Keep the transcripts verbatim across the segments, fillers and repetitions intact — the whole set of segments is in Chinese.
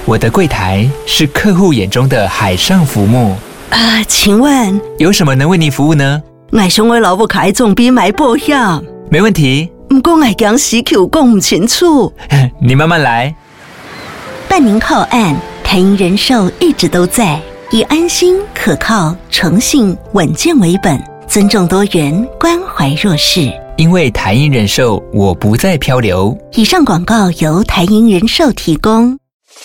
我的柜台是客户眼中的海上浮木啊、呃，请问有什么能为您服务呢？ 我想我老母开总比买保险， 没问题。 不过我讲时口讲不清楚， 你慢慢来。 办您靠岸，台银人寿一直都在，以安心、可靠、诚信、稳健为本，尊重多元，关怀弱势。 因为台银人寿，我不再漂流。 以上广告由台银人寿提供。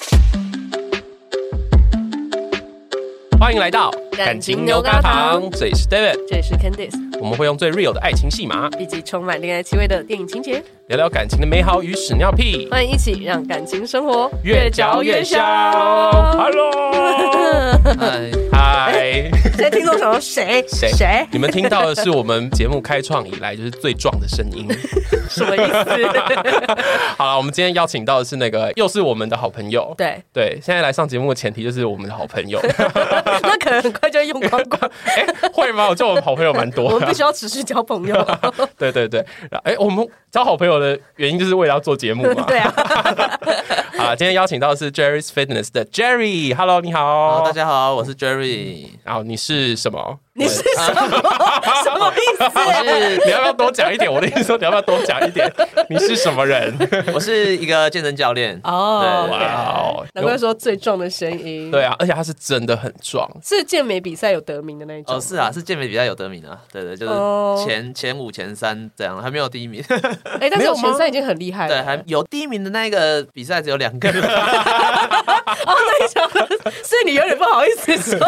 欢迎来到感情牛轧糖，这里是 David， 这里是 Candice， 我们会用最 real 的爱情戏码， 以及充满恋爱气味的电影情节， 聊聊感情的美好与屎尿屁。 欢迎一起让感情生活越嚼越香。Hello， 嗨， 现在听众想说谁谁谁？你们听到的是我们节目开创以来就是最壮的声音， 什么意思？ 好了，我们今天邀请到的是那个又是我们的好朋友， 对对，现在来上节目的前提就是我们的好朋友。 那可能很快就会用光光。 哎、欸，会吗？我觉得我们好朋友蛮多的。 我们必须要持续交朋友。 对对对，哎、欸，我们交好朋友的原因就是为了要做节目嘛。 对啊。 好，今天邀请到的是 Jerry's Fitness 的 Jerry。Hello， 你好。 Hello， 大家好，我是 Jerry。 然后你是什么？ 你是什么？什么意思？ 你要不要多讲一点？我的意思说，你要不要多讲一点？你是什么人？ 我是一个健身教练。 哦， 哇哦， 难怪说最壮的声音。 对啊，而且他是真的很壮， 是健美比赛有得名的那一种。 哦，是啊，是健美比赛有得名啊。对对，就是前、哦、前五、前三这样，还没有第一名。 哎、欸，但是有前三已经很厉害了。 对，还有第一名的那个比赛只有两个。 哦，那一场是你有点不好意思说。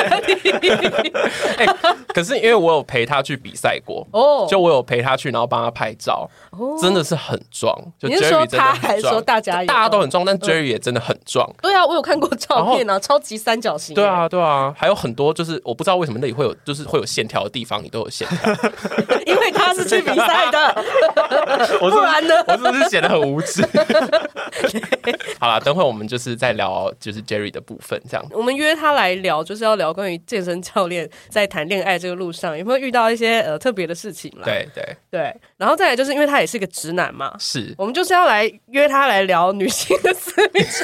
欸、可是因为我有陪他去比赛过，哦，就我有陪他去，然后帮他拍照，哦，真的是很壮。就 Jerry 真的很壮，你是说他还是说大家也大家都很壮，但 Jerry 也真的很壮。嗯、 对啊，我有看过照片啊，超级三角形。 对啊，对啊，还有很多就是我不知道为什么那里会有，就是会有线条的地方，你都有线条。 因为他是去比赛的，不然呢？ 我是不是显得很无知？好啦，等会我们就是在聊就是 Jerry 的部分，这样。 我们约他来聊，就是要聊关于健身教练在谈恋爱这个路上有没有遇到一些呃特别的事情啦。 对对对， 然后再来就是因为他也是个直男嘛， 是我们就是要来约他来聊女性的私密处。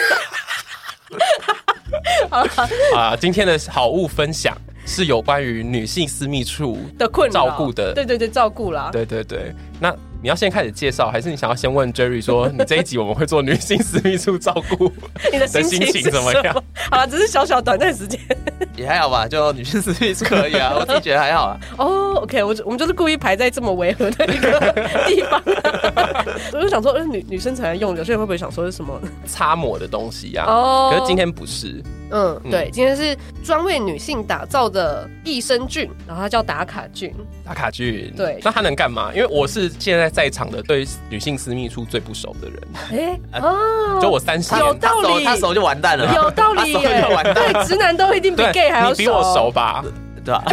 好啊，今天的好物分享是有关于女性私密处的困扰、 照顾的， 对对对，照顾啦， 对对对。那你要先开始介绍，还是你想要先问 Jerry 说，你这一集我们会做女性私密处照顾， 你的心情怎么样？ 好啦，只是小小短暂时间， 也还好吧，就女性私密处可以啊，我自己觉得还好啊。 哦、oh, ，OK， 我我们就是故意排在这么违和的一个地方、啊，我就想说，女女生才能用，有些人会不会想说是什么擦抹的东西啊？ 哦、 oh, 可是今天不是。 嗯，对，今天是专为女性打造的益生菌，然后它叫达卡菌。 达卡菌， 对， 那它能干嘛？因为我是现在在场的对女性私密处最不熟的人。 哎、欸，哦， 就我三十年， 有道理， 他熟就完蛋了， 有道理耶，对，直男都一定比 gay 还要熟， 你比我熟吧？ 对吧？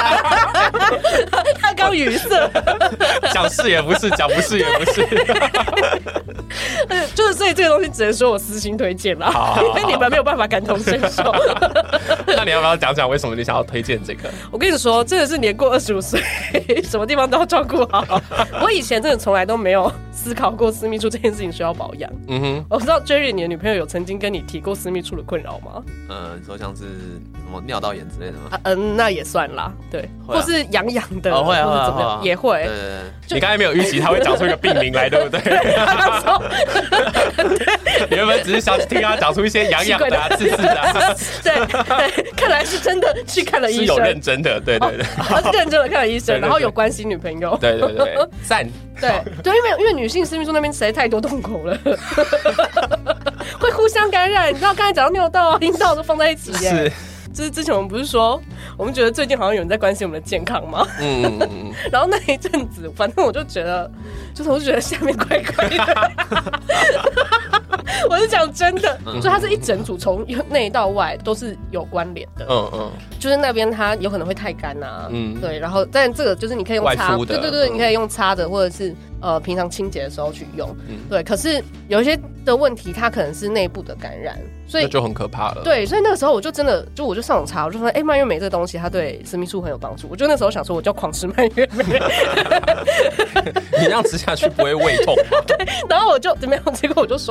他刚语塞， 讲是也不是，讲不是也不是， 就是所以这个东西只能说我私心推荐啦，因为你们没有办法感同身受。 那你要不要讲讲为什么你想要推荐这个？ 我跟你说，真的是年过二十五岁，什么地方都要照顾好。我以前真的从来都没有思考过私密处这件事情需要保养。嗯哼，我不知道 Jerry 你的女朋友有曾经跟你提过私密处的困扰吗？ 呃，你说像是什么尿道炎之类的吗？ 啊、嗯，那也算啦，对，啊、或是痒痒的， 哦、会啊， 或者怎么样、啊、也会。 对对对， 你刚才没有预期他会讲出一个病名来，对不对？你原本只是想听他讲出一些痒痒的、啊、刺刺的、啊。 对对，看来是真的去看了医生， 是有认真的，对对对， 他、哦、是认真的看了医生，然后有关心女朋友。 对对对，赞。 对对，因为因为女性私密处那边实在太多洞口了，会互相感染。你知道刚才讲到尿道啊、阴道都放在一起耶。 是。 就是之前我们不是说，我们觉得最近好像有人在关心我们的健康吗？嗯嗯嗯。然后那一阵子，反正我就觉得，就是我就觉得下面怪怪的。我是讲真的，嗯、所以它是一整组从内到外都是有关联的。嗯嗯。就是那边它有可能会太干啊，嗯，对。然后，但这个就是你可以用擦，对对对，嗯、你可以用擦的，或者是呃平常清洁的时候去用。嗯，对。可是有一些的问题，它可能是内部的感染。所以那就很可怕了。 对，所以那个时候我就真的就我就上网查，我就说，哎、欸，蔓越莓这个东西它对私密处很有帮助。我就那时候想说，我就狂吃蔓越莓。 你那样吃下去不会胃痛吗？ 对，然后我就怎么样？结果我就收到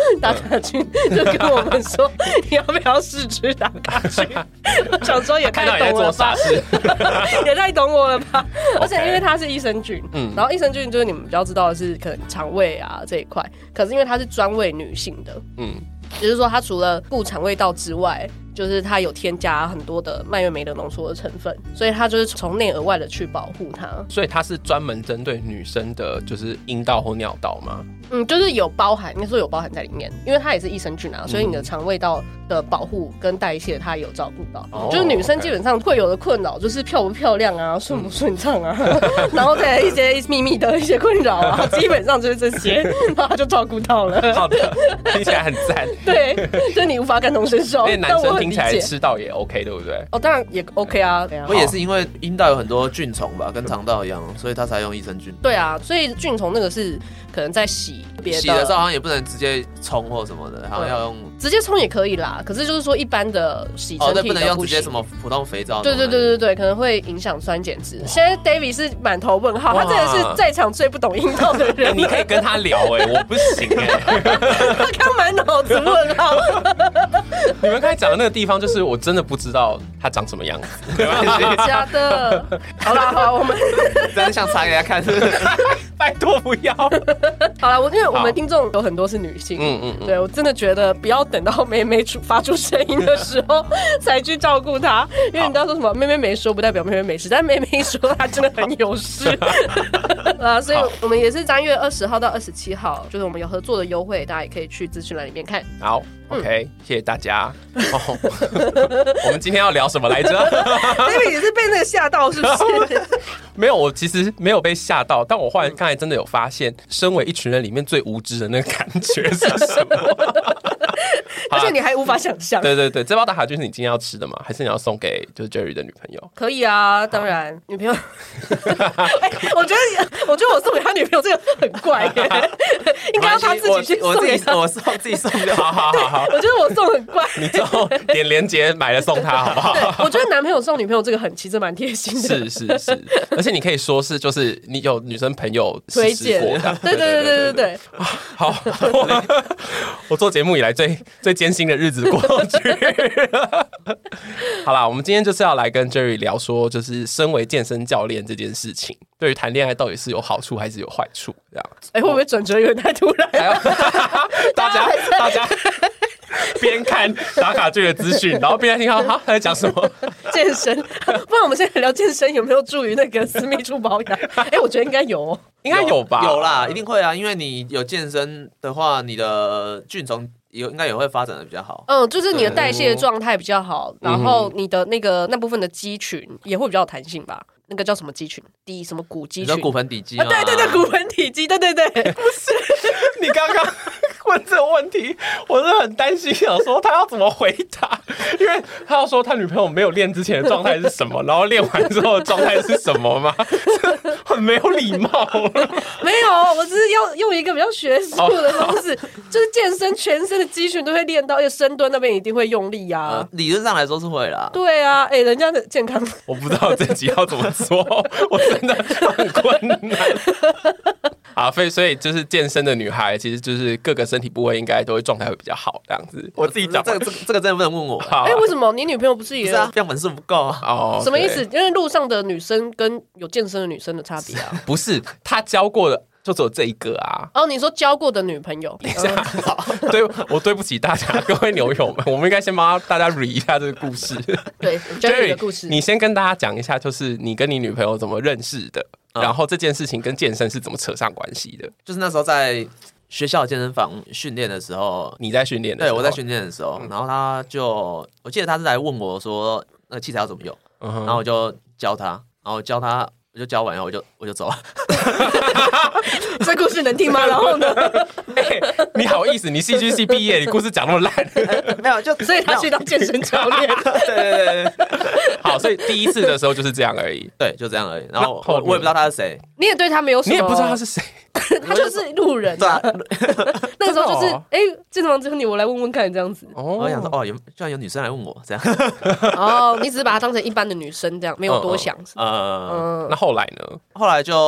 打卡君就跟我们说，你要不要试吃打卡君？想说也太懂我了吧，也太懂我了吧。而且因为他是益生菌，嗯，然后益生菌就是你们比较知道的是可能肠胃啊这一块，可是因为它是专为女性的，嗯，也就是说它除了顾肠胃道之外，就是它有添加很多的蔓越莓的浓缩的成分，所以它就是从内而外的去保护它。 所以它是专门针对女生的，就是阴道或尿道吗？ 嗯，就是有包含，应该说有包含在里面，因为它也是益生菌啊，所以你的肠胃道的保护跟代谢它有照顾到。哦、就是女生基本上会有的困扰，就是漂不漂亮啊，顺不顺畅啊，嗯、然后再来一些秘密的一些困扰啊，基本上就是这些，然后它就照顾到了。 好的，听起来很赞。 对，就是你无法感同身受。 因为男生听起来吃到也 OK， 对不对？ 哦，当然也 OK 啊。 我也是因为阴道有很多菌虫吧，跟肠道一样，所以他才用益生菌。 对啊，所以菌虫那个是可能在洗别的， 洗的时候好像也不能直接冲或什么的，好像要用直接冲也可以啦。可是就是说一般的洗身体的不行，哦，对， 不能用直接什么普通肥皂。 对对对对对，可能会影响酸碱值。现在 David 是满头问号，他真的是在场最不懂阴道的人。 欸、你可以跟他聊哎、欸，我不行哎、欸， 他刚满脑子问号。 你们刚才讲的那个地方，就是我真的不知道他长什么样子，没关系。 假的。好啦好啦，我们真的想查给他看，是拜托不要。 好啦，我因为我们听众有很多是女性，嗯嗯嗯，对我真的觉得不要等到妹妹出发出声音的时候才去照顾她，因为你知道说什么妹妹没说不代表妹妹没事，但妹妹说她真的很有事。啊，所以我们也是三月二十号到二十七号，就是我们有合作的优惠，大家也可以去资讯栏里面看。 好。OK，、嗯、谢谢大家。哦、我们今天要聊什么来着 ？David 也是被那个吓到，是不是？ 没有，我其实没有被吓到，但我后来刚才真的有发现，身为一群人里面最无知的那个感觉是什么？ 而且你还无法想象。 对对对，这包打卡就是你今天要吃的吗？还是你要送给就是 Jerry 的女朋友？ 可以啊，当然，女朋友。欸、我觉得，我觉得我送给他女朋友这个很怪耶，应该要他自己去送给他。 我送自己送就好， 好好好。 我觉得我送很怪， 你之后点连结买了送他好不好？ 我觉得男朋友送女朋友这个很其实蛮贴心的， 是是是，而且你可以说是就是你有女生朋友推荐的，对对对对对对。 好，我做节目以来最最艰辛的日子过去了。好啦，我们今天就是要来跟 Jerry 聊说，就是身为健身教练这件事情，对于谈恋爱到底是有好处还是有坏处？这样， 哎、欸，会不会转折有点太突然？ 大家大家边看打卡剧的资讯，然后边听到他在讲什么健身。不然我们现在聊健身有没有助于那个私密处保养？哎、欸，我觉得应该有、哦， 应该有吧？ 有, 有啦，一定会啊，因为你有健身的话，你的菌虫有应该也会发展的比较好。 嗯，就是你的代谢状态比较好，然后你的那个那部分的肌群也会比较有弹性吧。那个叫什么肌群？第什么骨肌群？ 骨盆底肌啊？ 对对对，骨盆底肌，对对对。不是，你刚刚问这个问题，我是很担心，想说他要怎么回答，因为他要说他女朋友没有练之前的状态是什么，然后练完之后的状态是什么吗？很没有礼貌。 没有，我只是要用一个比较学术的方式，就是健身全身的肌群都会练到，而且深蹲那边一定会用力啊。 呃、理论上来说是会啦。 对啊，哎、欸，人家的健康， 我不知道这集要怎么做，我真的很困难。好，所以所以就是健身的女孩，其实就是各个身体部位应该都会状态会比较好，这样子。我自己讲， 这个这个这个真的不能问我。 哎、欸，为什么你女朋友不是也？ 不是啊，样本数不够啊。 哦， 什么意思？因为路上的女生跟有健身的女生的差别啊？ 不是，她教过的。就只有这一个啊！ 哦，你说交过的女朋友？ 等一下，对，我对不起大家，各位牛友们，我们应该先帮大家 re 一下这个故事。 对 ，Jerry 的故事， 你先跟大家讲一下，就是你跟你女朋友怎么认识的，嗯、然后这件事情跟健身是怎么扯上关系的？ 就是那时候在学校健身房训练的时候， 你在训练的时候， 对，我在训练的时候，然后他就，我记得他是来问我说，那个器材要怎么用，嗯、然后我就教他，然后教他。我就教完然后我就我就走了。 这故事能听吗？然后呢？ 欸、你好意思？你戏剧系毕业，你故事讲那么烂？ 没有，就所以他去当健身教练。 对对对对。 好，所以第一次的时候就是这样而已。 对，就这样而已。然后我我也不知道他是谁， 你也对他没有什么， 你也不知道他是谁。 他就是路人、啊，那个时候就是，哎、欸，健身房只有你，我来问问看，这样子。 哦，我想说，哦，有居然有女生来问我这样。 哦，你只是把她当成一般的女生这样，没有多想。 呃，嗯、那后来呢？ 后来就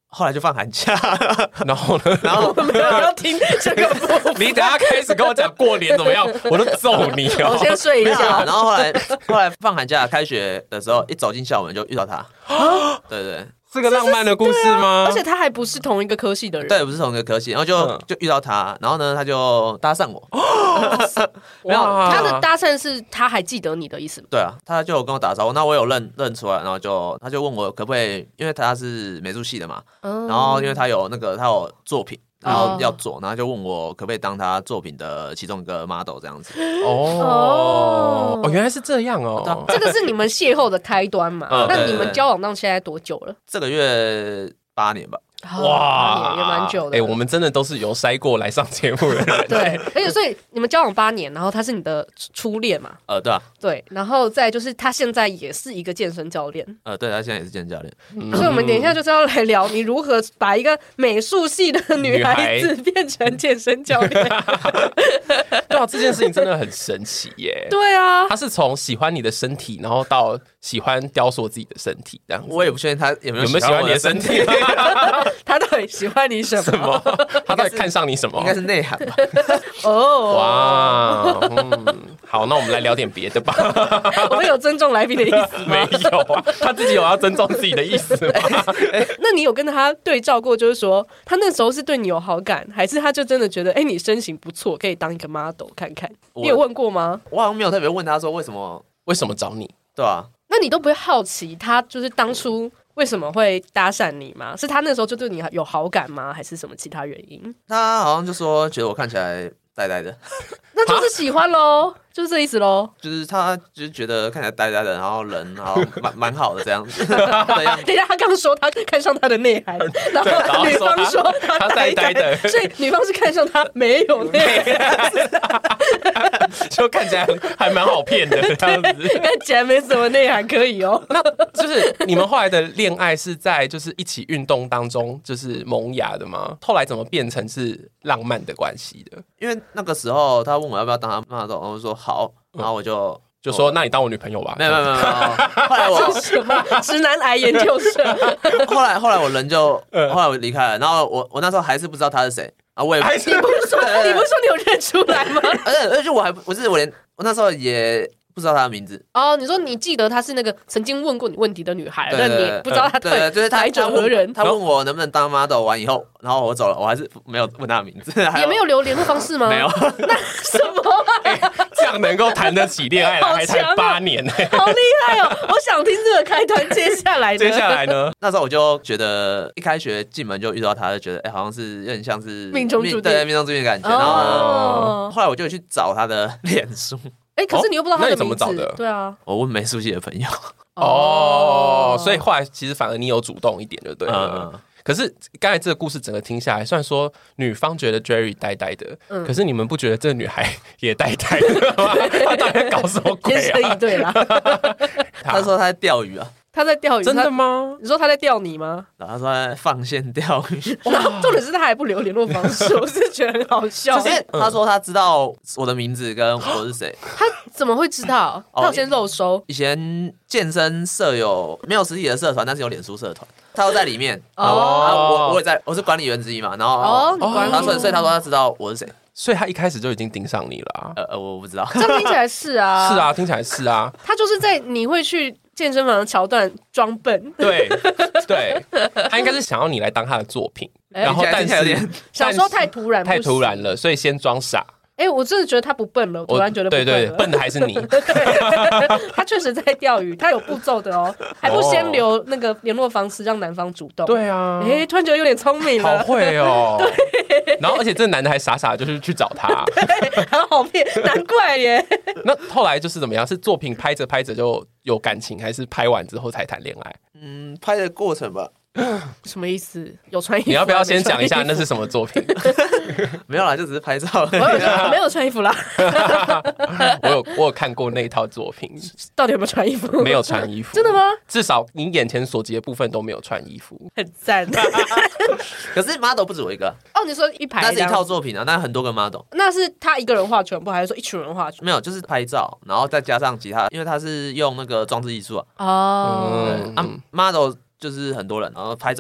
后来就放寒假， 然后呢？ 然后我没有要听这个部分。 你等下开始跟我讲过年怎么样，我都揍你哦！ 我先睡一下。 然后后来后来放寒假开学的时候，一走进校门就遇到他。对对。 是个浪漫的故事吗？ 啊、而且他还不是同一个科系的人， 对，不是同一个科系，然后就、嗯、就遇到他，然后呢，他就搭讪我。 没有，他的搭讪是他还记得你的意思吗？ 对啊，他就跟我打招呼，那我有认认出来，然后就他就问我可不可以，因为他是美术系的嘛，嗯、然后因为他有那个他有作品。然后要做，然后就问我可不可以当他作品的其中一个 model 这样子。 哦哦，原来是这样哦。 这个是你们邂逅的开端嘛？嗯、那你们交往到现在多久了？ 这个月八年吧。 哇， 也蛮久的。 哎、欸，我们真的都是有筛过来上节目的人。 对，而且所以你们交往八年，然后他是你的初恋嘛？ 呃，对啊。 对，然后再就是他现在也是一个健身教练。 呃，对，他现在也是健身教练。 嗯、所以我们等一下就是要来聊你如何把一个美术系的女孩子变成健身教练。 对啊，这件事情真的很神奇耶。 对啊， 他是从喜欢你的身体，然后到喜欢雕塑自己的身体，这样子。 我也不确定他有没有有没有喜欢你的身体。 他到底喜欢你什么？ 什么？他到底看上你什么？ 应该是内涵吧。 哦， 哇，嗯，好，那我们来聊点别的吧。 我们有尊重来宾的意思吗？ 没有啊，他自己有要尊重自己的意思吗？ 那你有跟他对照过，就是说他那时候是对你有好感，还是他就真的觉得，哎、欸，你身形不错，可以当一个 model 看看？你有问过吗？ 我好像没有特别问他说为什么为什么找你， 对啊， 那你都不会好奇他就是当初为什么会搭讪你吗？是他那时候就对你有好感吗？还是什么其他原因？ 他好像就说觉得我看起来呆呆的， 那就是喜欢咯，就是这意思咯。 就是他就是觉得看起来呆呆的，然后人然后蛮蛮好的这样子。 等一下，他刚说他看上他的内涵，然后女方说他呆呆的，所以女方是看上他没有内涵， 就看起来还蛮好骗的这样子， 看起来没什么内涵可以哦。 那就是你们后来的恋爱是在就是一起运动当中就是萌芽的吗？后来怎么变成是浪漫的关系的？ 因为那个时候他问我要不要当他model，我就说好，然后我就就说那你当我女朋友吧。 没有没有没有，后来我什么直男癌研究社？ 后来后来我人就后来我离开了，然后我我那时候还是不知道他是谁啊，我也还是你不是说你不是说你有认出来吗？ 而且而且我还不是我连我那时候也不知道她的名字哦。你说你记得她是那个曾经问过你问题的女孩，但你不知道她对就是来者何人。 他问我能不能当 model， 完以后，然后我走了，我还是没有问她的名字， 也没有留联络方式吗？ 没有。 那什么、啊欸？这样能够谈得起恋爱来，还才八年呢、欸， 好厉害哦！我想听这个开端，接下来呢？ 接下来呢？ 那时候我就觉得一开学进门就遇到他，就觉得哎、欸，好像是有点像是命中注定， 对命中注定的感觉。哦、然后后来我就去找他的脸书。 哎、欸，可是你又不知道他的名字， 哦、那你怎么找的？ 对啊， 我问美术系的朋友。 哦，所以后来其实反而你有主动一点，就对了。 嗯、 可是刚才这个故事整个听下来，虽然说女方觉得 Jerry 呆呆的，嗯、可是你们不觉得这个女孩也呆呆的吗？她到底在搞什么鬼啊？ 天生一对啦。 他说他在钓鱼啊。 他在钓鱼， 真的吗？ 你说他在钓你吗？ 然后他说他在放线钓鱼， 然后重点是他还不留联络方式，我是觉得很好笑。 就是他说他知道我的名字跟我是谁， 他怎么会知道？他有先肉收。 以前健身社有没有实体的社团，但是有脸书社团，他都在里面。哦，我我也在，我是管理员之一嘛。然后哦，你管理，他说，所以他说他知道我是谁。 所以他一开始就已经盯上你了、啊。 呃呃，我不知道。 这样听起来是啊， 是啊，听起来是啊。 他就是在你会去健身房的桥段装笨。 对对，他应该是想要你来当他的作品，欸、然后但是有点想说太突然， 太突然了，所以先装傻。 哎、欸，我真的觉得他不笨了，我突然觉得不笨了。 对对，笨的还是你。 他确实在钓鱼，他有步骤的哦，还不先留那个联络方式让男方主动。 对啊， 哎、欸，突然觉得有点聪明了， 好会哦。然后而且这个男的还傻傻就是去找他， 对，还好骗，难怪耶。 那后来就是怎么样？是作品拍着拍着就有感情，还是拍完之后才谈恋爱？ 嗯，拍的过程吧。 什么意思？有穿衣服？ 你要不要先讲一下那是什么作品？ 没有啦，就只是拍照。 我有没有穿衣服啦。 我有我有看过那一套作品， 到底有没有穿衣服？ 没有穿衣服， 真的吗？ 至少你眼前所及的部分都没有穿衣服， 很赞。 可是 model 不止我一个哦，你说一排， 那是一套作品啊，那很多个 model。 那是他一个人画全部，还是说一群人画全部？ 没有，就是拍照，然后再加上其他，因为他是用那个装置艺术啊。 哦， 嗯啊 ，model 就是很多人，然后拍照是他。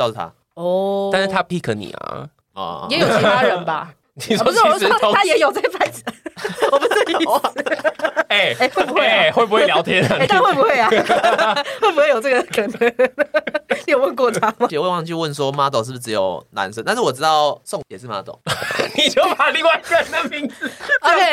哦，但是他 pick 你啊， 哦，也有其他人吧？ 你说不是，我说他也有在拍，我不是意思。 哎哎，会不会？哎，会不会聊天啊？ 哎，但会不会啊？会不会有这个可能？你有问过他吗？ 我忘记问说 model 是不是只有男生，但是我知道宋也是 model， 你就把另外一个人的名字。 OK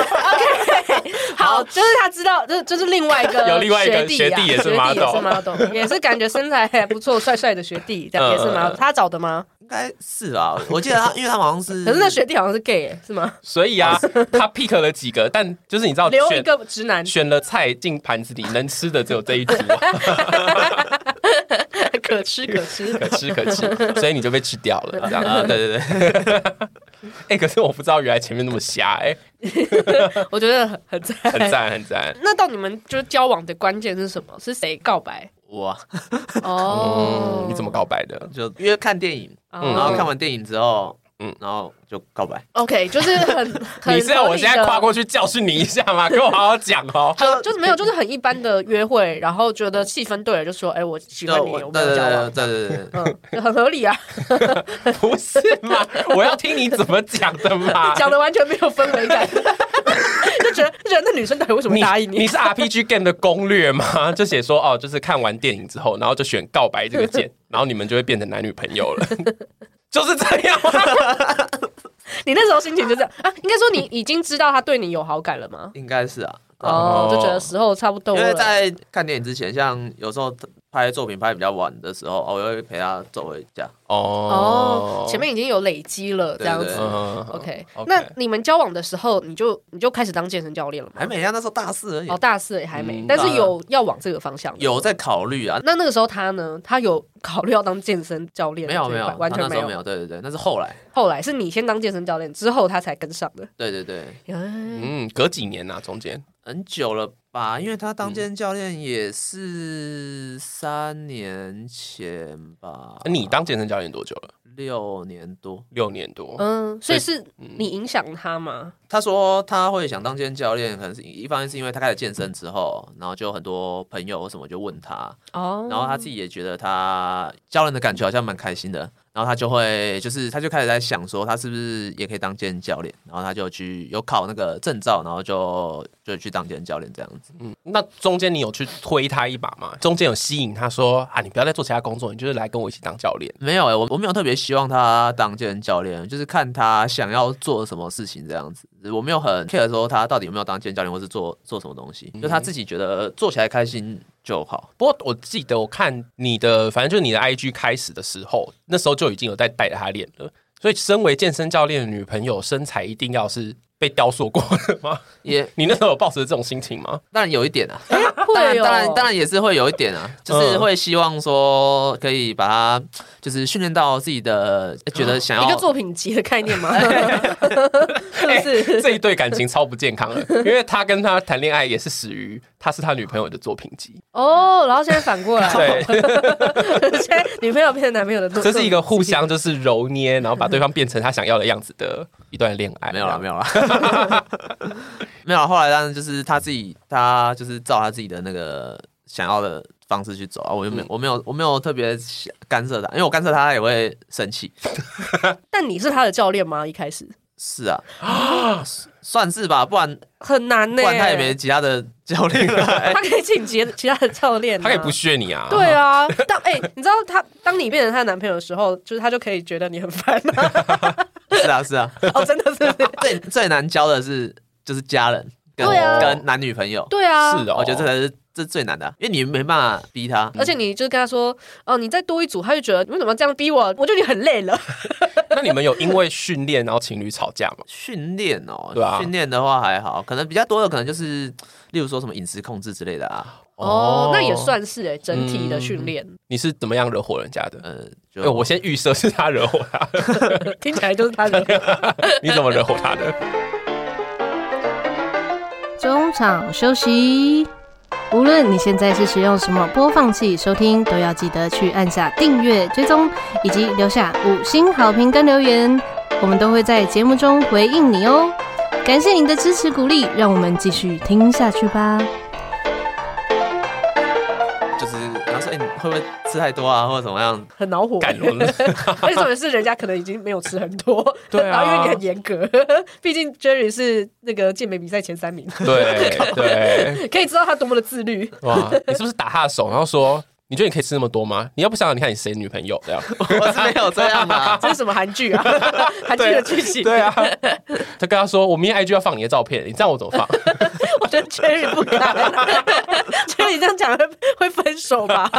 OK， 好，就是他知道，这就是另外一个有另外一个学弟也是 model， 也是感觉身材还不错、帅帅的学弟，这样也是 model。他找的吗？ 应该是啊，我记得他，因为他好像是， 可是那学弟好像是 gay 是吗？ 所以啊，他 pick 了几个，但就是你知道， 留一个直男， 选了菜进盘子里，能吃的只有这一组、啊， 可吃可吃可吃可吃，所以你就被吃掉了，这样啊？对对对。哎、欸，可是我不知道原来前面那么瞎哎、 欸，我觉得很很赞， 很赞很赞。 那到你们就是交往的关键是什么？是谁告白？ 我哦、 嗯，你怎么告白的？ 就因为看电影，嗯、然后看完电影之后，嗯，然后就告白。 OK， 就是很，很你是要我现在跨过去教训你一下吗？跟我好好讲哦。 就就是没有，就是很一般的约会，然后觉得气氛对了，就说，哎、欸，我喜欢你，我们要交往。 对对对对， 嗯，就很合理啊。 不是嘛？我要听你怎么讲的嘛。 讲的完全没有氛围感。就觉得就觉得那女生到底为什么答应你？ 你, 你是 R P G game 的攻略吗？就写说哦，就是看完电影之后，然后就选告白这个键，然后你们就会变成男女朋友了，就是这样吗？ 你那时候心情就这样啊？应该说你已经知道他对你有好感了吗？ 应该是啊。 哦，就觉得时候差不多了。 因为在看电影之前，像有时候拍作品拍比较晚的时候，我会陪他走回家。 哦， 前面已经有累积了，这样子。OK， okay. 那你们交往的时候，你就你就开始当健身教练了吗？ 还没啊，那时候大四而已。 哦，大四也还没，嗯、但是有要往这个方向。 有在考虑啊。 那那个时候他呢？他有考虑要当健身教练？ 没有没有， 完全没有没有。对对对，那是后来。 后来是你先当健身教练，之后他才跟上的。 对对对。 嗯，隔几年啊？中间很久了吧？因为他当健身教练也是三年前吧。 嗯、你当健身教练多久了？ 六年多， 六年多。 嗯，所以是你影响他吗？ 他说他会想当健身教练，可能是一方面是因为他开始健身之后，然后就有很多朋友什么就问他，哦，然后他自己也觉得他教练的感觉好像蛮开心的，然后他就会就是他就开始在想说他是不是也可以当健身教练，然后他就去有考那个证照，然后就就去当健身教练这样子。 嗯，那中间你有去推他一把吗？中间有吸引他说啊，你不要再做其他工作，你就是来跟我一起当教练？ 没有哎、欸，我我没有特别希望他当健身教练，就是看他想要做什么事情这样子。我没有很 care 说他到底有没有当健身教练，或是做做什么东西，就他自己觉得做起来开心就好。 不过我记得我看你的，反正就是你的 I G 开始的时候，那时候就已经有在带着他练了。所以，身为健身教练的女朋友，身材一定要是被雕塑过的吗？ 也， 你那时候有抱持这种心情吗？ 当然有一点啊， 欸、 当然当然当然也是会有一点啊，就是会希望说可以把它就是训练到自己的觉得想要一个作品集的概念吗？是不是、 欸？这一对感情超不健康的，因为他跟他谈恋爱也是始于他是他女朋友的作品集哦，然后现在反过来， 对， 现在女朋友变成男朋友的作品集， 这是一个互相就是揉捏，然后把对方变成他想要的样子的一段恋爱。 没有啦，没有啦。没有，后来当然就是他自己，他就是照他自己的那个想要的方式去走啊。我就没有，嗯、我没有，我没有特别干涉他，因为我干涉他，他也会生气。 但你是他的教练吗？一开始是啊，算是吧，不然很难呢、欸。 不然他也没其他的教练了、欸。 他可以请其其他的教练、啊， 他可以不屑你啊。 对啊，当哎、欸，你知道他当你变成他的男朋友的时候，就是他就可以觉得你很烦吗？ 是啊，是啊。 哦，真的是最最难教的是就是家人跟、 啊、 跟男女朋友。 对啊， 是哦， 我觉得这才是这最难的、啊，因为你没办法逼他， 而且你就跟他说哦，你再多一组，他就觉得你为什么这样逼我？我觉得你很累了。 那你们有因为训练然后情侣吵架吗？ 训练哦， 对啊， 训练的话还好，可能比较多的可能就是例如说什么饮食控制之类的啊。 哦，那也算是哎，整体的训练、嗯。 你是怎么样惹火人家的？ 呃， 就、欸、我先预设是他惹火他， 听起来就是他惹火。 你怎么惹火他的？ 中场休息。无论你现在是使用什么播放器收听，都要记得去按下订阅、追踪，以及留下五星好评跟留言，我们都会在节目中回应你哦。感谢您的支持鼓励，让我们继续听下去吧。 就是然后说，哎、欸， 会不会吃太多啊，或者怎么样， 很恼火。而且重点是人家可能已经没有吃很多， 对啊， 然后因为你很严格，毕竟 Jerry 是那个健美比赛前三名， 对对， 可以知道他多么的自律。 哇，你是不是打他的手，然后说？你觉得你可以吃那么多吗？你要不想想，你看你谁女朋友这样？ 我是没有这样的， 这是什么韩剧啊？韩剧的剧情。 对啊，他跟他说：“我明天 I G 要放你的照片，你这样我怎么放？” 我觉得 Jerry 不敢，Jerry 这样讲会分手吧？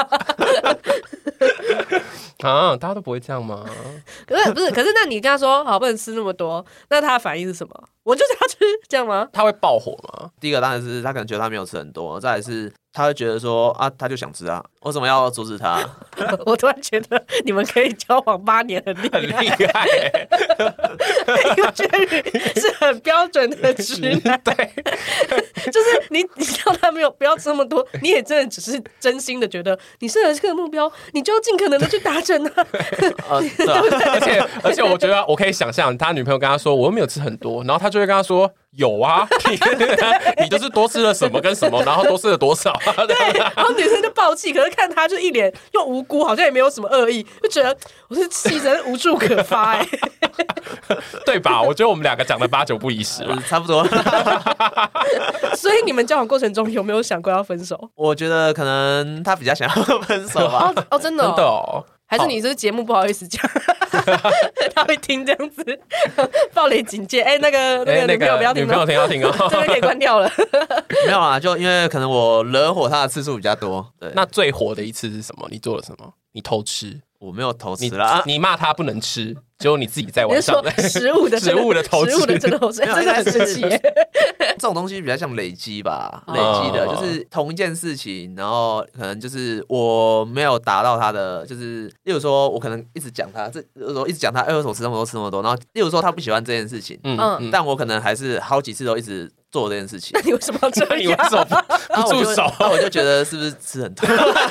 啊，大家都不会这样吗？ 可是不是？可是那你跟他说好不能吃那么多，那他的反应是什么？我就是要吃，这样吗？ 他会爆火吗？ 第一个当然是他可能觉得他没有吃很多，再来是他会觉得说啊，他就想吃啊，为什么要阻止他？ 我突然觉得你们可以交往八年很厉害， 很厉害、欸， 因为 Jerry 是很标准的直男， 对， 就是你你叫他没有不要吃那么多，你也真的只是真心的觉得你设了这个目标，你就要尽可能的去达成啊。 呃，对啊， 而且而且我觉得我可以想象他女朋友跟他说我又没有吃很多，然后他就会跟他说有啊，你, 你就是多吃了什么跟什么，然后多吃了多少、啊， 对，然后女生就爆气，可是看他就一脸又无辜，好像也没有什么恶意，就觉得我是气真无处可发、欸， 对吧？我觉得我们两个讲的八九不离十吧， 差不多。 所以你们交往过程中有没有想过要分手？ 我觉得可能他比较想要分手吧。 哦, 哦，真的、哦， 真的哦。 还是你这个节目不好意思讲，他会听这样子，暴雷警戒。哎、欸，那个那个女朋友不要听， 女朋友听要听哦， 这边可以关掉了。 没有啊，就因为可能我惹火他的次数比较多。对， 那最火的一次是什么？你做了什么？你偷吃？ 我没有偷吃啦， 你骂他不能吃，结果你自己在晚上食物的食物的偷吃， 食物的真的偷吃，真的很生气。 这种东西比较像累积吧，累积的，就是同一件事情，然后可能就是我没有达到他的，就是例如说，我可能一直讲他，这我一直讲他，哎，为什么吃那么多，吃那么多？然后例如说他不喜欢这件事情，嗯，嗯但我可能还是好几次都一直做这件事情。 那你为什么要这样？ 你为什么不不住手？ 那我就觉得是不是吃很多？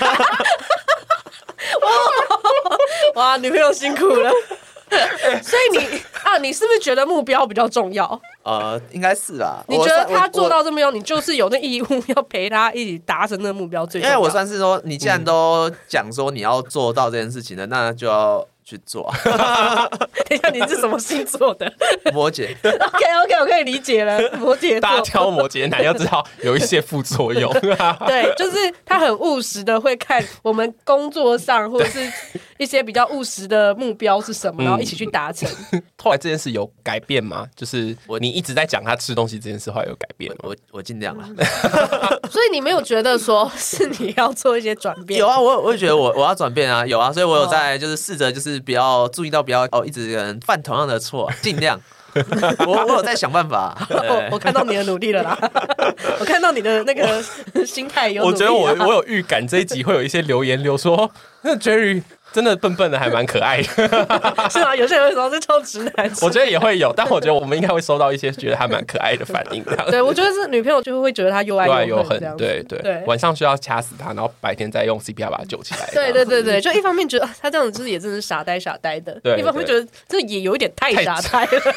哇，女朋友辛苦了。所以你啊，你是不是觉得目标比较重要？ 呃，应该是啦。 你觉得他做到这么样，你就是有那义务要陪他一起达成那个目标最重要。 因为我算是说，你既然都讲说你要做到这件事情的，那就要去做。 等一下，你是什么星座的？ 摩羯。 OK OK， 我可以理解了。摩羯座， 大家挑摩羯男要知道有一些副作用。 对，就是他很务实的会看我们工作上或者是一些比较务实的目标是什么，然后一起去达成。 后来这件事有改变吗？就是你一直在讲他吃东西这件事，后来有改变吗？ 我我尽量了。 所以你没有觉得说是你要做一些转变？ 有啊，我我也觉得我我要转变啊，有啊，所以我有在就是试着就是不要注意到不要哦一直犯同样的错，尽量。我我有在想办法。 我, 我看到你的努力了啦，我看到你的那个心态有努力。 我觉得我我有预感这一集会有一些留言留说，那 Jerry 真的笨笨的，还蛮可爱的。 是吗？有些人会说是臭直男。 我觉得也会有，但我觉得我们应该会收到一些觉得还蛮可爱的反应。 对，我觉得是女朋友就会觉得他又爱又恨， 对 对, 对晚上需要掐死他，然后白天再用 C P R 把他救起来。 对对对对，就一方面觉得、啊、他这样子就是也真是傻呆傻呆的，对对对，一方面觉得这也有一点太傻呆了。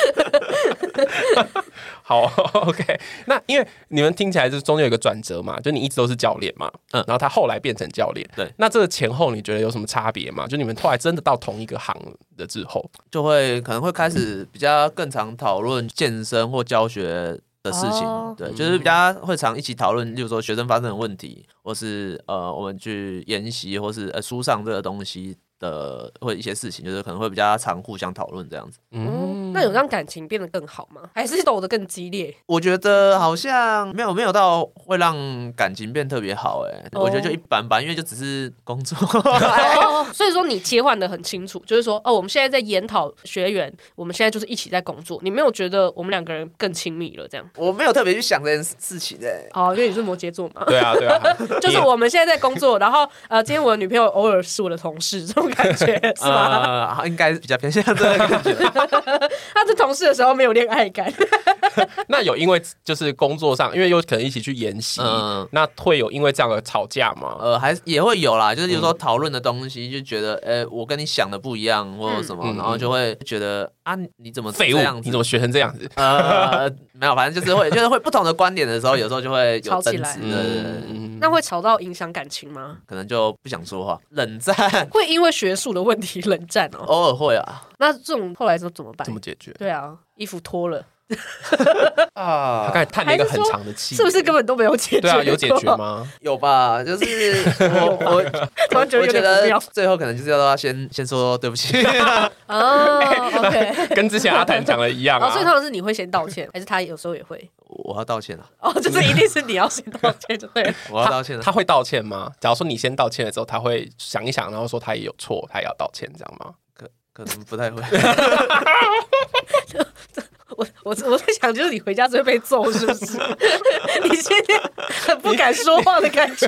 好 ，OK， 那因为你们听起来就是中间有一个转折嘛，就你一直都是教练嘛，嗯，然后他后来变成教练，对，那这个前后你觉得有什么差别吗？就你们后来真的到同一个行的之后， 就会可能会开始比较更常讨论健身或教学的事情，哦、对，就是比较会常一起讨论，例如说学生发生的问题，或是呃我们去研习，或是呃书上这个东西。的或一些事情，就是可能会比较常互相讨论这样子。 嗯，那有让感情变得更好吗？还是斗得更激烈？ 我觉得好像没有没有到会让感情变特别好哎、欸，哦、我觉得就一般般，因为就只是工作。 哦、所以说你切换得很清楚，就是说哦，我们现在在研讨学员，我们现在就是一起在工作，你没有觉得我们两个人更亲密了这样？ 我没有特别去想这件事情哎、欸。 哦，因为你是摩羯座嘛。 对啊对啊， 就是我们现在在工作，然后呃，今天我的女朋友偶尔是我的同事，这种感觉是吗？ 呃，应该比较偏向这个感觉。 他是同事的时候没有恋爱感。 那有因为就是工作上，因为有可能一起去研习，嗯、那会有因为这样的吵架吗？ 呃，还是也会有啦，就是有时候讨论的东西就觉得，呃、欸，我跟你想的不一样，或者什么，嗯、然后就会觉得啊，你怎么废物？你怎么学成这样子？ 呃，没有，反正就是会，就是会不同的观点的时候，有时候就会有争执。 嗯，那会吵到影响感情吗？ 可能就不想说话，冷战。 会因为学术的问题冷战哦？ 偶尔会啊。 那这种后来说怎么办？ 怎么解决？ 对啊，衣服脱了。 啊，他刚才叹了一个很长的气， 是不是根本都没有解决？ 对啊，有解决吗？ 有吧，就是我我突然觉得最后可能就是要他先先说对不起。 哦 ，OK， 跟之前阿谭讲的一样啊。 哦，所以通常是你会先道歉，还是他有时候也会？ 我要道歉啊！ 哦，就是一定是你要先道歉就对了。 我要道歉了。 他会道歉吗？假如说你先道歉了之后，他会想一想，然后说他也有错，他也要道歉，这样吗？ 可可能不太会。 我我我在想，就是你回家只会被揍，是不是？你现在很不敢说话的感觉。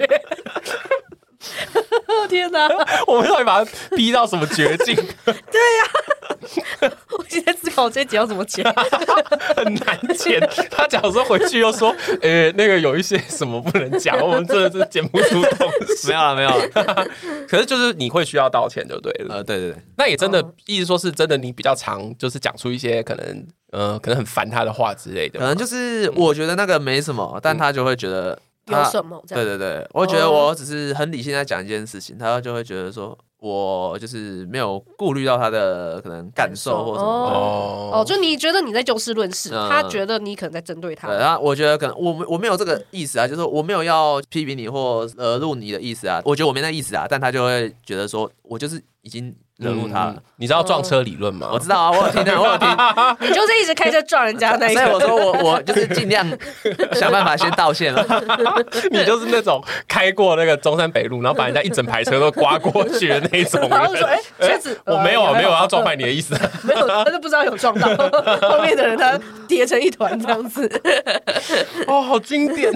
天哪！ 我们到底把他逼到什么绝境？ 对呀、啊，我现在思考这集要怎么剪， 很难剪。他假如说回去又说，呃、欸，那个有一些什么不能讲，我们真的是剪不出东西。 没有了，没有了。 可是就是你会需要道歉，就对了。 呃，对对对。 那也真的、哦、意思说是真的，你比较常就是讲出一些可能呃可能很烦他的话之类的。 可能就是我觉得那个没什么，嗯、但他就会觉得。 有什么？ 对对对，我觉得我只是很理性在讲一件事情，他就会觉得说我就是没有顾虑到他的可能感受或什么。 哦哦，就你觉得你在就事论事，嗯、他觉得你可能在针对他。 对，然后我觉得可能我我没有这个意思啊，就是我没有要批评你或惹怒你的意思啊，我觉得我没那意思啊，但他就会觉得说我就是已经惹怒他了。 嗯、你知道撞车理论吗？ 我知道啊，我有听的，我有听。 你就是一直开车撞人家那一个。 所以我说我我就是尽量想办法先道歉了。 你就是那种开过那个中山北路，然后把人家一整排车都刮过去的那种人。 然后说：“哎、欸，车子、 欸、我没有啊，没有要撞坏你的意思。 没有，他就不知道有撞到后面的人，他叠成一团这样子。 哦，好经典。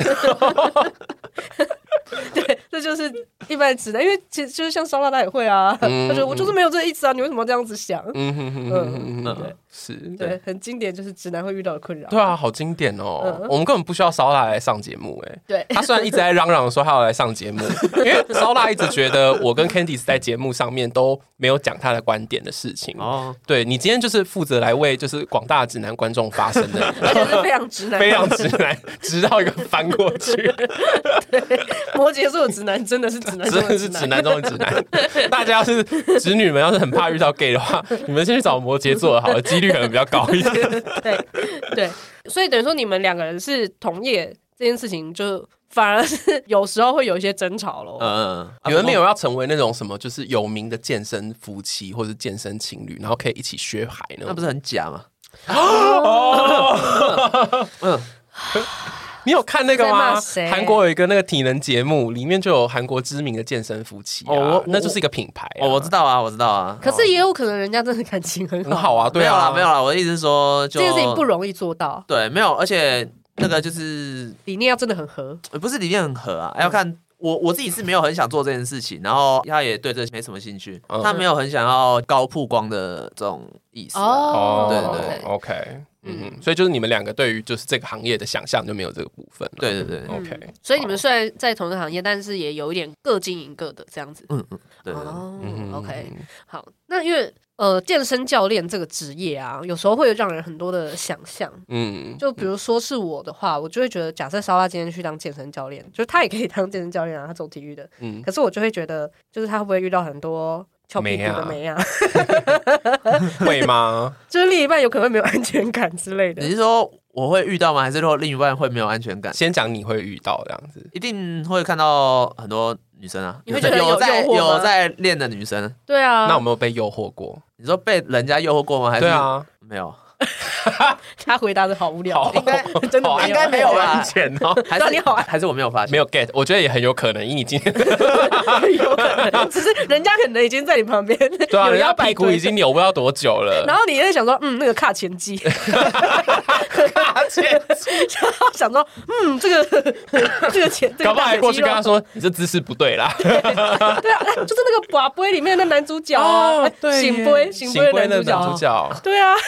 对，这就是一般的直男，因为其实就是像烧腊他也会啊，嗯、他觉得我就是没有这个意思啊，你为什么要这样子想？嗯哼哼哼哼，对， 是， 对，很经典，就是直男会遇到的困扰。 对啊，好经典哦，嗯、我们根本不需要烧腊来上节目，哎， 对， 他虽然一直在嚷嚷说他要来上节目，因为烧腊一直觉得我跟 Candice 在节目上面都没有讲他的观点的事情。哦，对你今天就是负责来为就是广大直男观众发声的， 而且是非常直男， 非常直男，直到一个翻过去。 对，摩羯座的直男真的是直男， 真的是直男中的直男。大家要是直女们要是很怕遇到 gay 的话，你们先去找摩羯座的好了，几率可能比较高一点。 对对，所以等于说你们两个人是同业这件事情，就反而是有时候会有一些争吵咯。嗯， 你们没有要成为那种什么就是有名的健身夫妻或者健身情侣，然后可以一起削海呢？ 那不是很假吗？ 哦，嗯。你有看那个吗？韩国有一个那个体能节目，里面就有韩国知名的健身夫妻啊，哦、那就是一个品牌、啊。 哦，我知道啊，我知道啊。 可是也有可能人家真的感情很好， 很好啊，对啊， 没有啦，没有啦。我的意思是说就， 这件事情不容易做到。 对，没有，而且那个就是理念要真的很合， 不是理念很合啊，要看。我我自己是没有很想做这件事情，然后他也对这没什么兴趣，嗯、他没有很想要高曝光的这种意思、啊。哦，对对对 ，OK， 嗯，所以就是你们两个对于就是这个行业的想象就没有这个部分。 对对对 ，OK、 嗯。所以你们虽然在同一个行业，但是也有一点各经营各的这样子。 嗯嗯，对对对。 哦、嗯、，OK， 好，那因为。呃，健身教练这个职业啊，有时候会让人很多的想象。嗯，就比如说是我的话，我就会觉得，假设烧腊今天去当健身教练，就是他也可以当健身教练啊，他走体育的。嗯，可是我就会觉得，就是他会不会遇到很多翘屁股的妹啊？ 会吗？ 就是另一半有可能会没有安全感之类的。 你是说我会遇到吗？还是说另一半会没有安全感？ 先讲你会遇到这样子， 一定会看到很多女生啊， 你会觉得有有在有在练的女生。 对啊， 那有没有被诱惑过？ 你说被人家诱惑过吗？还是对啊， 没有。 他回答的好无聊，应该真的应该没有吧？ 哦， 还是你好，还是我没有发现， 没有 get。我觉得也很有可能，因为你今天有可能，只是人家可能已经在你旁边， 对啊，人家屁股已经扭不知道多久了。 然后你在想说，嗯，那个卡前肌， 卡前肌， 想说，嗯，这个这个前， 搞不好还过去跟他说，你这姿势不对啦。 对啊，就是那个《寡杯》里面的男主角啊，对，醒杯醒杯的男主角，对啊。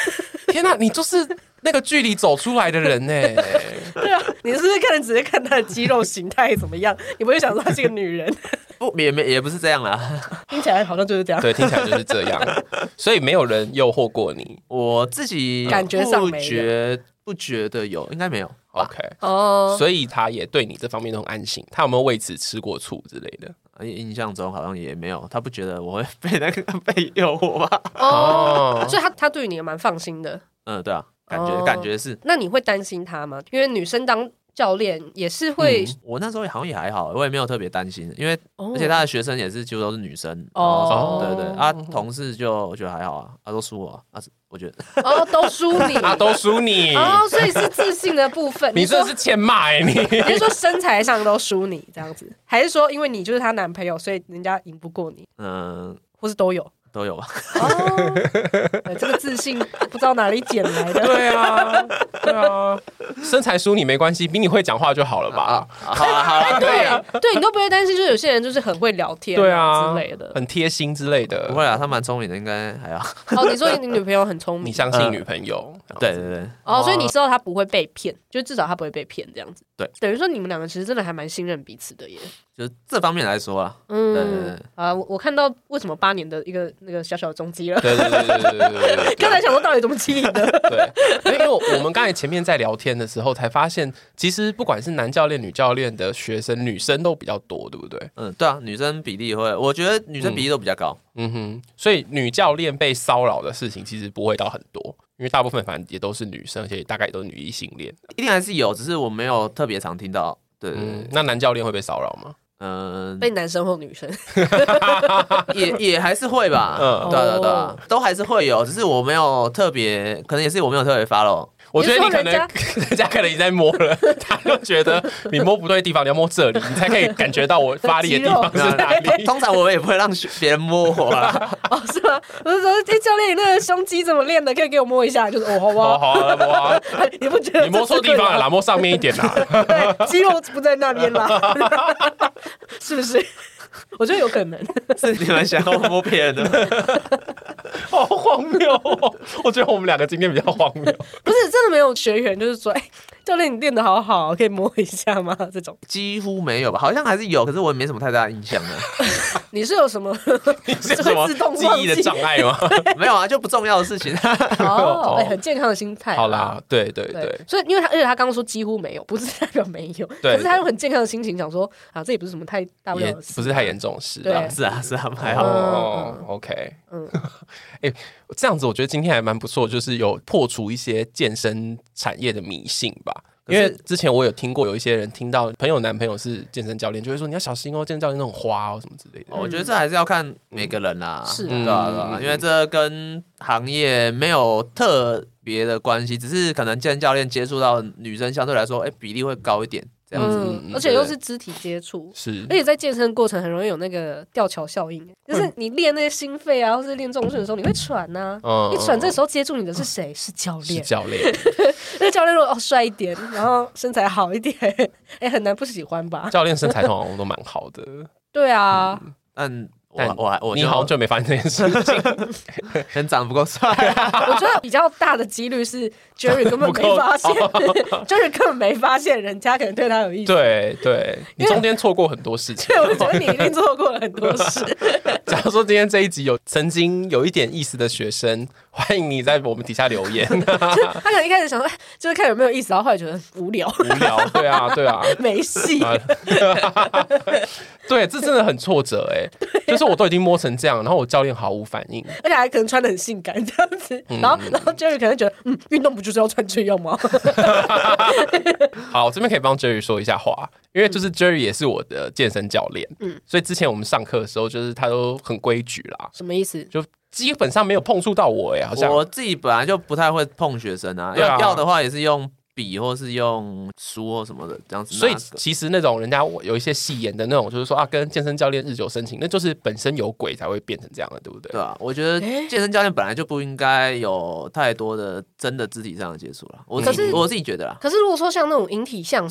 天哪，你就是那个距离走出来的人呢。 对啊，你是不是看人只是看她的肌肉形态怎么样？你不会想说她是个女人？ 不，也没也不是这样啦。 听起来好像就是这样。 对，听起来就是这样。所以没有人诱惑过你， 我自己感觉上没有， 不觉不觉得有，应该没有。 OK， 哦， 所以他也对你这方面都很安心。他有没有为此吃过醋之类的？ 印象中好像也没有，他不觉得我会被那个被诱惑吧？ 哦，所以他他对你也蛮放心的。 嗯，对啊，感觉、哦、感觉是。 那你会担心他吗？因为女生当教练也是会、嗯， 我那时候好像也还好，我也没有特别担心，因为、哦、而且他的学生也是几乎都是女生。哦，对对啊，同事就我觉得还好啊，啊都输我啊，我觉得哦都输你啊都输你哦，所以是自信的部分。 你真的是欠骂哎、欸、你！ 你是说身材上都输你这样子，还是说因为你就是她男朋友，所以人家赢不过你？嗯，或是都有。 都有吧。 哦，这个自信不知道哪里捡来的。 对啊，对啊，身材输你没关系，比你会讲话就好了吧？啊、 好了好了， 对啊，对你都不会担心，就是有些人就是很会聊天，对啊之类的， 很贴心之类的。 不会啊，他蛮聪明的，应该还好。 哦，你说你女朋友很聪明， 你相信女朋友？ 嗯、对对对。 哦，所以你知道她不会被骗，就至少她不会被骗这样子。 对， 等于说你们两个其实真的还蛮信任彼此的耶。 就这方面来说啊，嗯，对对对啊，我我看到为什么八年的一个那个小小的踪迹了， 对对对对对对对。 刚才想说到底怎么经营的？ 对，因为我们刚才前面在聊天的时候才发现，其实不管是男教练、女教练的学生，女生都比较多，对不对？ 嗯，对啊，女生比例会，我觉得女生比例都比较高。 嗯, 嗯哼，所以女教练被骚扰的事情其实不会到很多，因为大部分反正也都是女生，而且大概也都是女异性恋， 一定还是有，只是我没有特别常听到。对, 对, 对、嗯， 那男教练会被骚扰吗？ 嗯， 被男生或女生也也还是会吧。嗯，对对对、啊，都还是会有，只是我没有特别，可能也是我没有特别 follow。 我觉得你可能人家可能已经在摸了，他就觉得你摸不对地方，你要摸这里，你才可以感觉到我发力的地方是哪里。 通常我也不会让别人摸我啦。 哦，是吗？我就说，哎，教练，你那个胸肌怎么练的？可以给我摸一下？就是哦，好啊， 好啊，摸啊。 你不觉得你摸错地方了啦？摸上面一点啦。 对，肌肉不在那边啦，是不是？我觉得有可能是你们想要摸别人的。 好荒谬哦！我觉得我们两个今天比较荒谬。 不是真的没有学员，就是说，哎、欸，教练你练得好好，可以摸一下吗？这种几乎没有吧，好像还是有，可是我也没什么太大的印象呢。 你是有什么？ 你是有什么记忆的障碍吗？ 没有啊，就不重要的事情。 哦，哎、欸，很健康的心态。 好啦，对对 对, 对， 所以因为他，而且他刚刚说几乎没有，不是代表没有，可是他用很健康的心情想说，啊，这也不是什么太大不了的事， 不是太严重的事。 对，是啊，是啊，还好。 哦、嗯、，OK， 嗯，哎、欸，这样子我觉得今天还蛮不错，就是有破除一些健身产业的迷信吧。因为之前我有听过有一些人听到朋友男朋友是健身教练，就会说你要小心哦，健身教练那种花哦什么之类的。 我觉得这还是要看每个人啦， 是、 嗯、对啊对啊，因为这跟行业没有特别的关系，只是可能健身教练接触到女生相对来说，哎，比例会高一点。这样子、 嗯，而且又是肢体接触， 是， 而且在健身过程很容易有那个吊桥效应，就是你练那些心肺啊，或是练重训的时候，你会喘呐、啊，一、嗯、喘，这时候接住你的是谁？是教练， 是教练。 那教练如果哦帅一点，然后身材好一点，哎，很难不喜欢吧？ 教练身材通常都蛮好的， 对啊， 嗯、但。 但我我你好像就没发现这件事情， 可能长得不够帅、 啊。我觉得比较大的几率是 Jerry 根本没发现，Jerry 根本没发现人家可能对他有意思。 对对，你中间错过很多事情。 对，我觉得你一定错过了很多事。 假如说今天这一集有曾经有一点意思的学生，欢迎你在我们底下留言。 他可能一开始想说，就是看有没有意思，然后后来觉得无聊， 无聊，对啊，对啊， 没戏。 对，这真的很挫折哎、欸，就是我都已经摸成这样，然后我教练毫无反应， 而且还可能穿得很性感这样子，嗯、然后然后 Jerry 可能觉得，嗯，运动不就是要穿这样吗？ 好，我这边可以帮 Jerry 说一下话，因为就是 Jerry 也是我的健身教练，嗯，所以之前我们上课的时候，就是他都很规矩啦。 什么意思？ 就基本上没有碰触到我哎、欸，好像我自己本来就不太会碰学生啊，要、啊、要的话也是用笔或是用书或什么的这样子， 所以其实那种人家有一些戏言的那种，就是说啊，跟健身教练日久生情，那就是本身有鬼才会变成这样的，对不对？ 对啊，我觉得健身教练本来就不应该有太多的真的肢体上的接触了，我自己我自己觉得啦。 可是如果说像那种引体向上，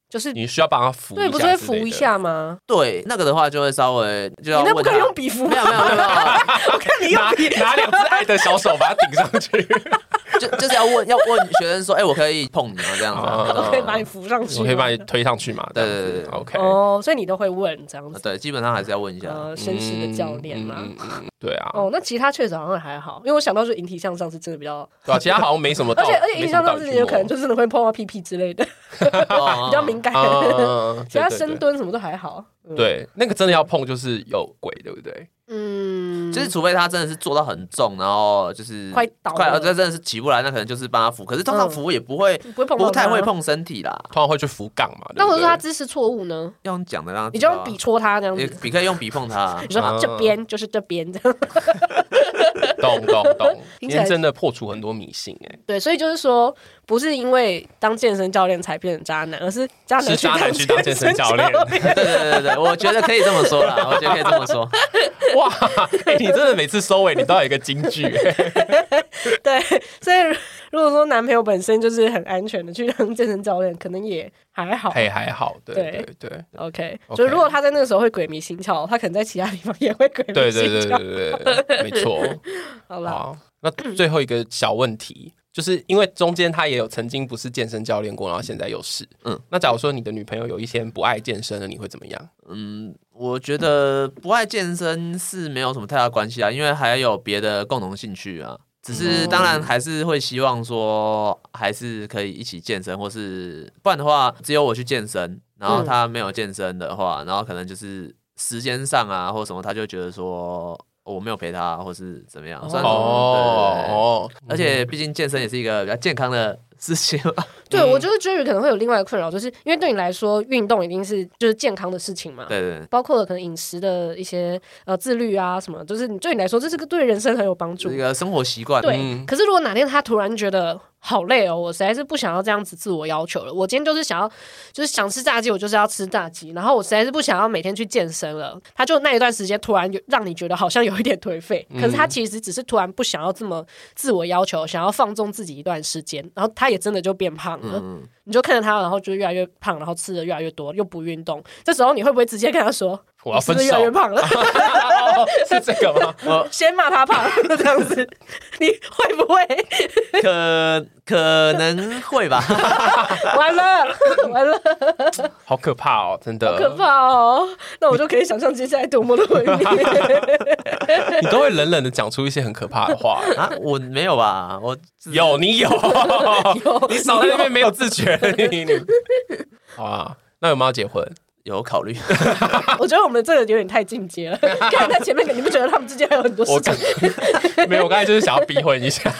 就是你需要帮他扶一下， 对，不是会扶一下吗？ 对，那个的话就会稍微就要问他。 你那不可以用笔扶， 没有没有没有没有， 我看你用笔拿拿两只爱的小手把它顶上去。 就就是要问要问学生说，哎、欸，我可以碰你吗？这样子、啊， 我可以把你扶上去， 我可以把你推上去嘛？ 对对对对 ，OK。 哦，所以你都会问这样子。 对，基本上还是要问一下。 呃，绅士的教练嘛、嗯嗯嗯，对啊。 哦，那其他确实好像还好，因为我想到就引体向上是真的比较， 对啊，其他好像没什么道。 而且而且引体向上是有可能就真的会碰到屁屁之类的，比较敏感。 嗯、 其他深蹲什么都还好。 嗯、对，那个真的要碰就是有鬼，对不对？ 嗯， 就是除非他真的是做到很重，然后就是快倒， 快，这真的是起不来，那可能就是帮他扶。可是通常扶也不会， 嗯、不会碰， 不太会碰身体啦， 通常会去扶杠嘛。 那我说他姿势错误呢？ 要用讲的让他， 你就用笔戳他这样子， 笔可以用笔碰他。 你说这边就是这边这样。 懂懂懂，今天真的破除很多迷信哎。 对，所以就是说，不是因为当健身教练才变成渣男，而是渣男去当去当健身教练。 对对对对，我觉得可以这么说啦，我觉得可以这么说。 哇，欸、你真的每次收尾你都有一个金句、欸。 对，所以如果说男朋友本身就是很安全的去当健身教练，可能也还好， 还还好，对对对对, 对 ，OK。就如果他在那个时候会鬼迷心窍，他可能在其他地方也会鬼迷心窍。 对对对对对对，没错。 好了，好， 那最后一个小问题。就是因为中间他也有曾经不是健身教练过，然后现在又是，嗯，那假如说你的女朋友有一天不爱健身了，你会怎么样？ 嗯，我觉得不爱健身是没有什么太大关系啊，因为还有别的共同兴趣啊。只是当然还是会希望说，还是可以一起健身，或是不然的话，只有我去健身，然后他没有健身的话，然后可能就是时间上啊或什么，他就觉得说。我没有陪他，或是怎么样？算是哦，而且毕竟健身也是一个比较健康的事情嘛。 对，我觉得 Jerry 可能会有另外的困扰，就是因为对你来说，运动一定是就是健康的事情嘛。 对 对, 对， 包括可能饮食的一些呃自律啊什么，就是对你来说，这是个对人生很有帮助， 一个生活习惯。 对、 嗯， 可是如果哪天他突然觉得好累哦，我实在是不想要这样子自我要求了。我今天就是想要，就是想吃炸鸡，我就是要吃炸鸡。然后我实在是不想要每天去健身了。他就那一段时间突然让你觉得好像有一点颓废，可是他其实只是突然不想要这么自我要求，想要放纵自己一段时间。然后他也真的就变胖了。嗯，你就看着他，然后就越来越胖，然后吃的越来越多，又不运动。这时候你会不会直接跟他说：“ 我要分手， 你是不是越来越胖了？” 是这个吗？ 我先骂他胖，这样子，你会不会？ 可可能会吧。 完了完了， 好可怕哦，真的， 好可怕哦。那我就可以想象接下来多么的毁灭。 你都会冷冷的讲出一些很可怕的话啊？我没有吧？我有，你有， 有你少在那边没有自觉。你你好啊，那有没有结婚？ 有考虑。 我觉得我们这个有点太进阶了。看在前面，你不觉得他们之间还有很多事情？ 没有，我刚才就是想要逼婚一下。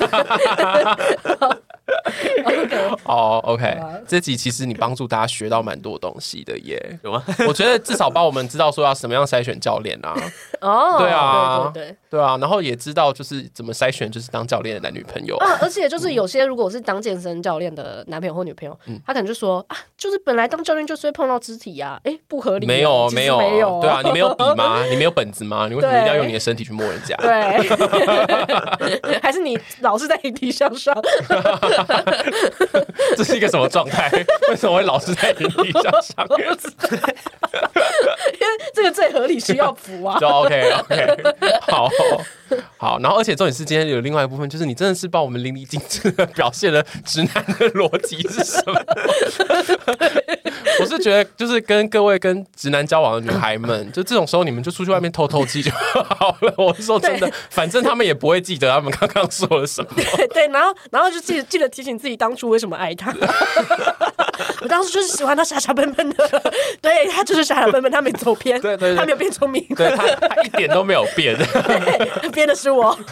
哦、oh, ，OK， 这集其实你帮助大家学到蛮多东西的耶， 有吗？ 我觉得至少帮我们知道说要什么样筛选教练啊。 哦， 对啊， 对对对对啊，然后也知道就是怎么筛选就是当教练的男女朋友啊。而且就是有些如果是当健身教练的男朋友或女朋友，嗯、他可能就说啊，就是本来当教练就是会碰到肢体呀、啊，哎，不合理。 没有没有没有， 对啊，你没有笔吗？你没有本子吗？你为什么一定要用你的身体去摸人家？ 对，还是你老是在引体向上？ 这是一个什么状态？为什么会老是在引体向上？因为这个最合理，需要扶啊。 就 OK OK， 好好，然后而且重点是今天有另外一部分，就是你真的是帮我们淋漓尽致的表现了直男的逻辑是什么。我是觉得，就是跟各位跟直男交往的女孩们，就这种时候你们就出去外面透透气就好了。我是说真的，反正他们也不会记得他们刚刚说了什么。 对对，然后然后就记得记得提醒自己当初为什么爱他。我当时就是喜欢他傻傻笨笨的，对他就是傻傻笨笨，他没走偏， 对 对, 对， 他没有变聪明， 对他他一点都没有变， 变的是我。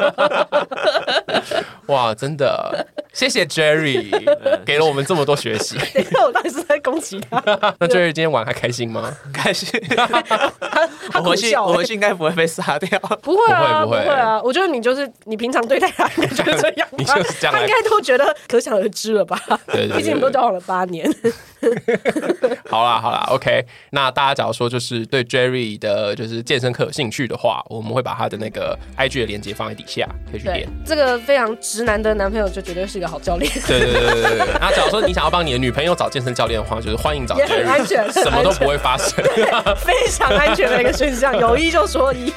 哇，真的，谢谢 Jerry 给了我们这么多学习。 等一下，我到底是在攻击他？ 那 Jerry 今天玩还开心吗？ 开心。我回去，我回去应该不会被杀掉。 不会啊， 不会不会啊。我觉得你就是你平常对待他，应该就是这样吧。 你就是这样， 他应该都觉得可想而知了吧？ 对对对对， 毕竟你们都交往了八年。 好啦好啦 OK， 那大家假如说就是对 Jerry 的就是健身课有兴趣的话，我们会把他的那个 I G 的连结放在底下，可以去点。 这个非常直男的男朋友就绝对是一个好教练。 对对对对对对。那假如说你想要帮你的女朋友找健身教练的话，就是欢迎找 Jerry， 也很安全， 什么都不会发生， 非常安全的一个选项，有一就说一。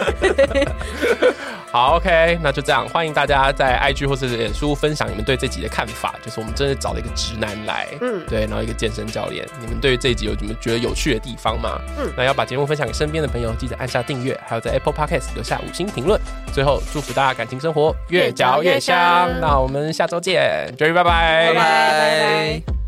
好 ，OK， 那就这样，欢迎大家在 I G 或是脸书分享你们对这集的看法。就是我们真的找了一个直男来，嗯，对，然后一个健身教练，你们对于这一集有什么觉得有趣的地方吗？嗯，那要把节目分享给身边的朋友，记得按下订阅，还有在 Apple Podcast 留下五星评论。最后，祝福大家感情生活越嚼越香。那我们下周见 ，Jerry， 拜拜， 拜拜。